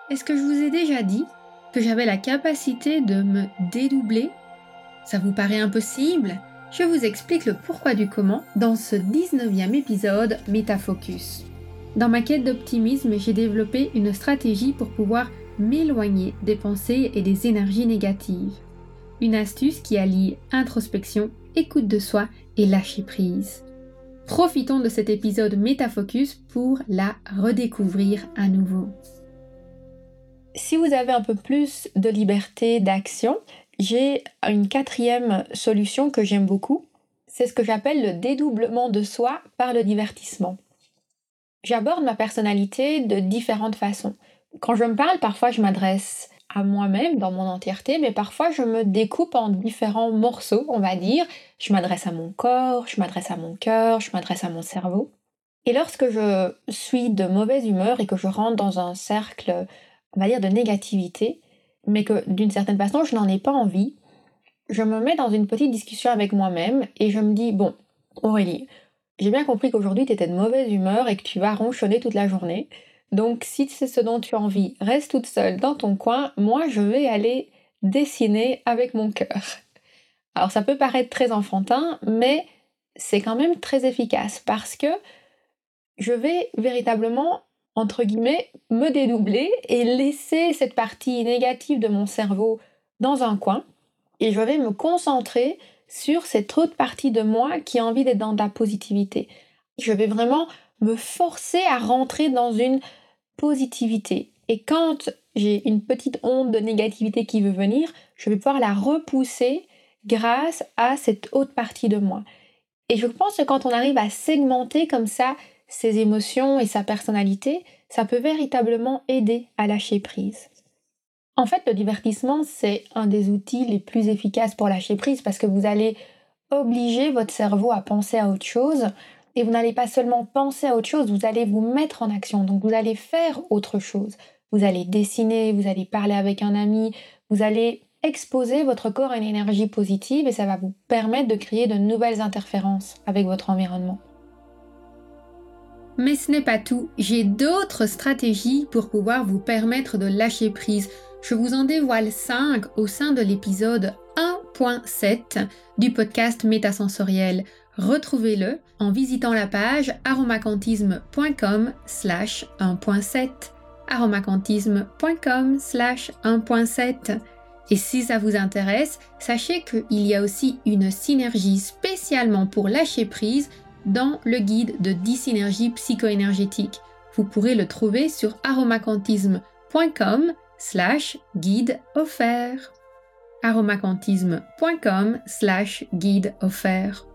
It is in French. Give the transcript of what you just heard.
Est-ce que je vous ai déjà dit que j'avais la capacité de me dédoubler? Ça vous paraît impossible? Je vous explique le pourquoi du comment dans ce 19e épisode Métafocus. Dans ma quête d'optimisme, j'ai développé une stratégie pour pouvoir m'éloigner des pensées et des énergies négatives. Une astuce qui allie introspection, écoute de soi et lâcher prise. Profitons de cet épisode Métafocus pour la redécouvrir à nouveau. Si vous avez un peu plus de liberté d'action, j'ai une 4e solution que j'aime beaucoup. C'est ce que j'appelle le dédoublement de soi par le divertissement. J'aborde ma personnalité de différentes façons. Quand je me parle, parfois je m'adresse à moi-même dans mon entièreté, mais parfois je me découpe en différents morceaux, on va dire. Je m'adresse à mon corps, je m'adresse à mon cœur, je m'adresse à mon cerveau. Et lorsque je suis de mauvaise humeur et que je rentre dans un cercle, on va dire, de négativité, mais que d'une certaine façon je n'en ai pas envie, je me mets dans une petite discussion avec moi-même et je me dis, bon, Aurélie, j'ai bien compris qu'aujourd'hui tu étais de mauvaise humeur et que tu vas ronchonner toute la journée. Donc si c'est ce dont tu as envie, reste toute seule dans ton coin, moi je vais aller dessiner avec mon cœur. Alors ça peut paraître très enfantin, mais c'est quand même très efficace parce que je vais véritablement, entre guillemets, me dédoubler et laisser cette partie négative de mon cerveau dans un coin et je vais me concentrer sur cette autre partie de moi qui a envie d'être dans de la positivité. Je vais vraiment me forcer à rentrer dans une positivité. Et quand j'ai une petite onde de négativité qui veut venir, je vais pouvoir la repousser grâce à cette autre partie de moi. Et je pense que quand on arrive à segmenter comme ça ses émotions et sa personnalité, ça peut véritablement aider à lâcher prise. En fait, le divertissement, c'est un des outils les plus efficaces pour lâcher prise parce que vous allez obliger votre cerveau à penser à autre chose. Et vous n'allez pas seulement penser à autre chose, vous allez vous mettre en action. Donc vous allez faire autre chose. Vous allez dessiner, vous allez parler avec un ami, vous allez exposer votre corps à une énergie positive et ça va vous permettre de créer de nouvelles interférences avec votre environnement. Mais ce n'est pas tout, j'ai d'autres stratégies pour pouvoir vous permettre de lâcher prise. Je vous en dévoile 5 au sein de l'épisode 1.7 du podcast Métasensoriel. Retrouvez-le en visitant la page aromacantisme.com/1.7 aromacantisme.com/1.7. Et si ça vous intéresse, sachez qu'il y a aussi une synergie spécialement pour lâcher prise dans le guide de 10 synergies psycho-énergétiques. Vous pourrez le trouver sur aromacantisme.com/guide offert. aromacantisme.com/guide offert.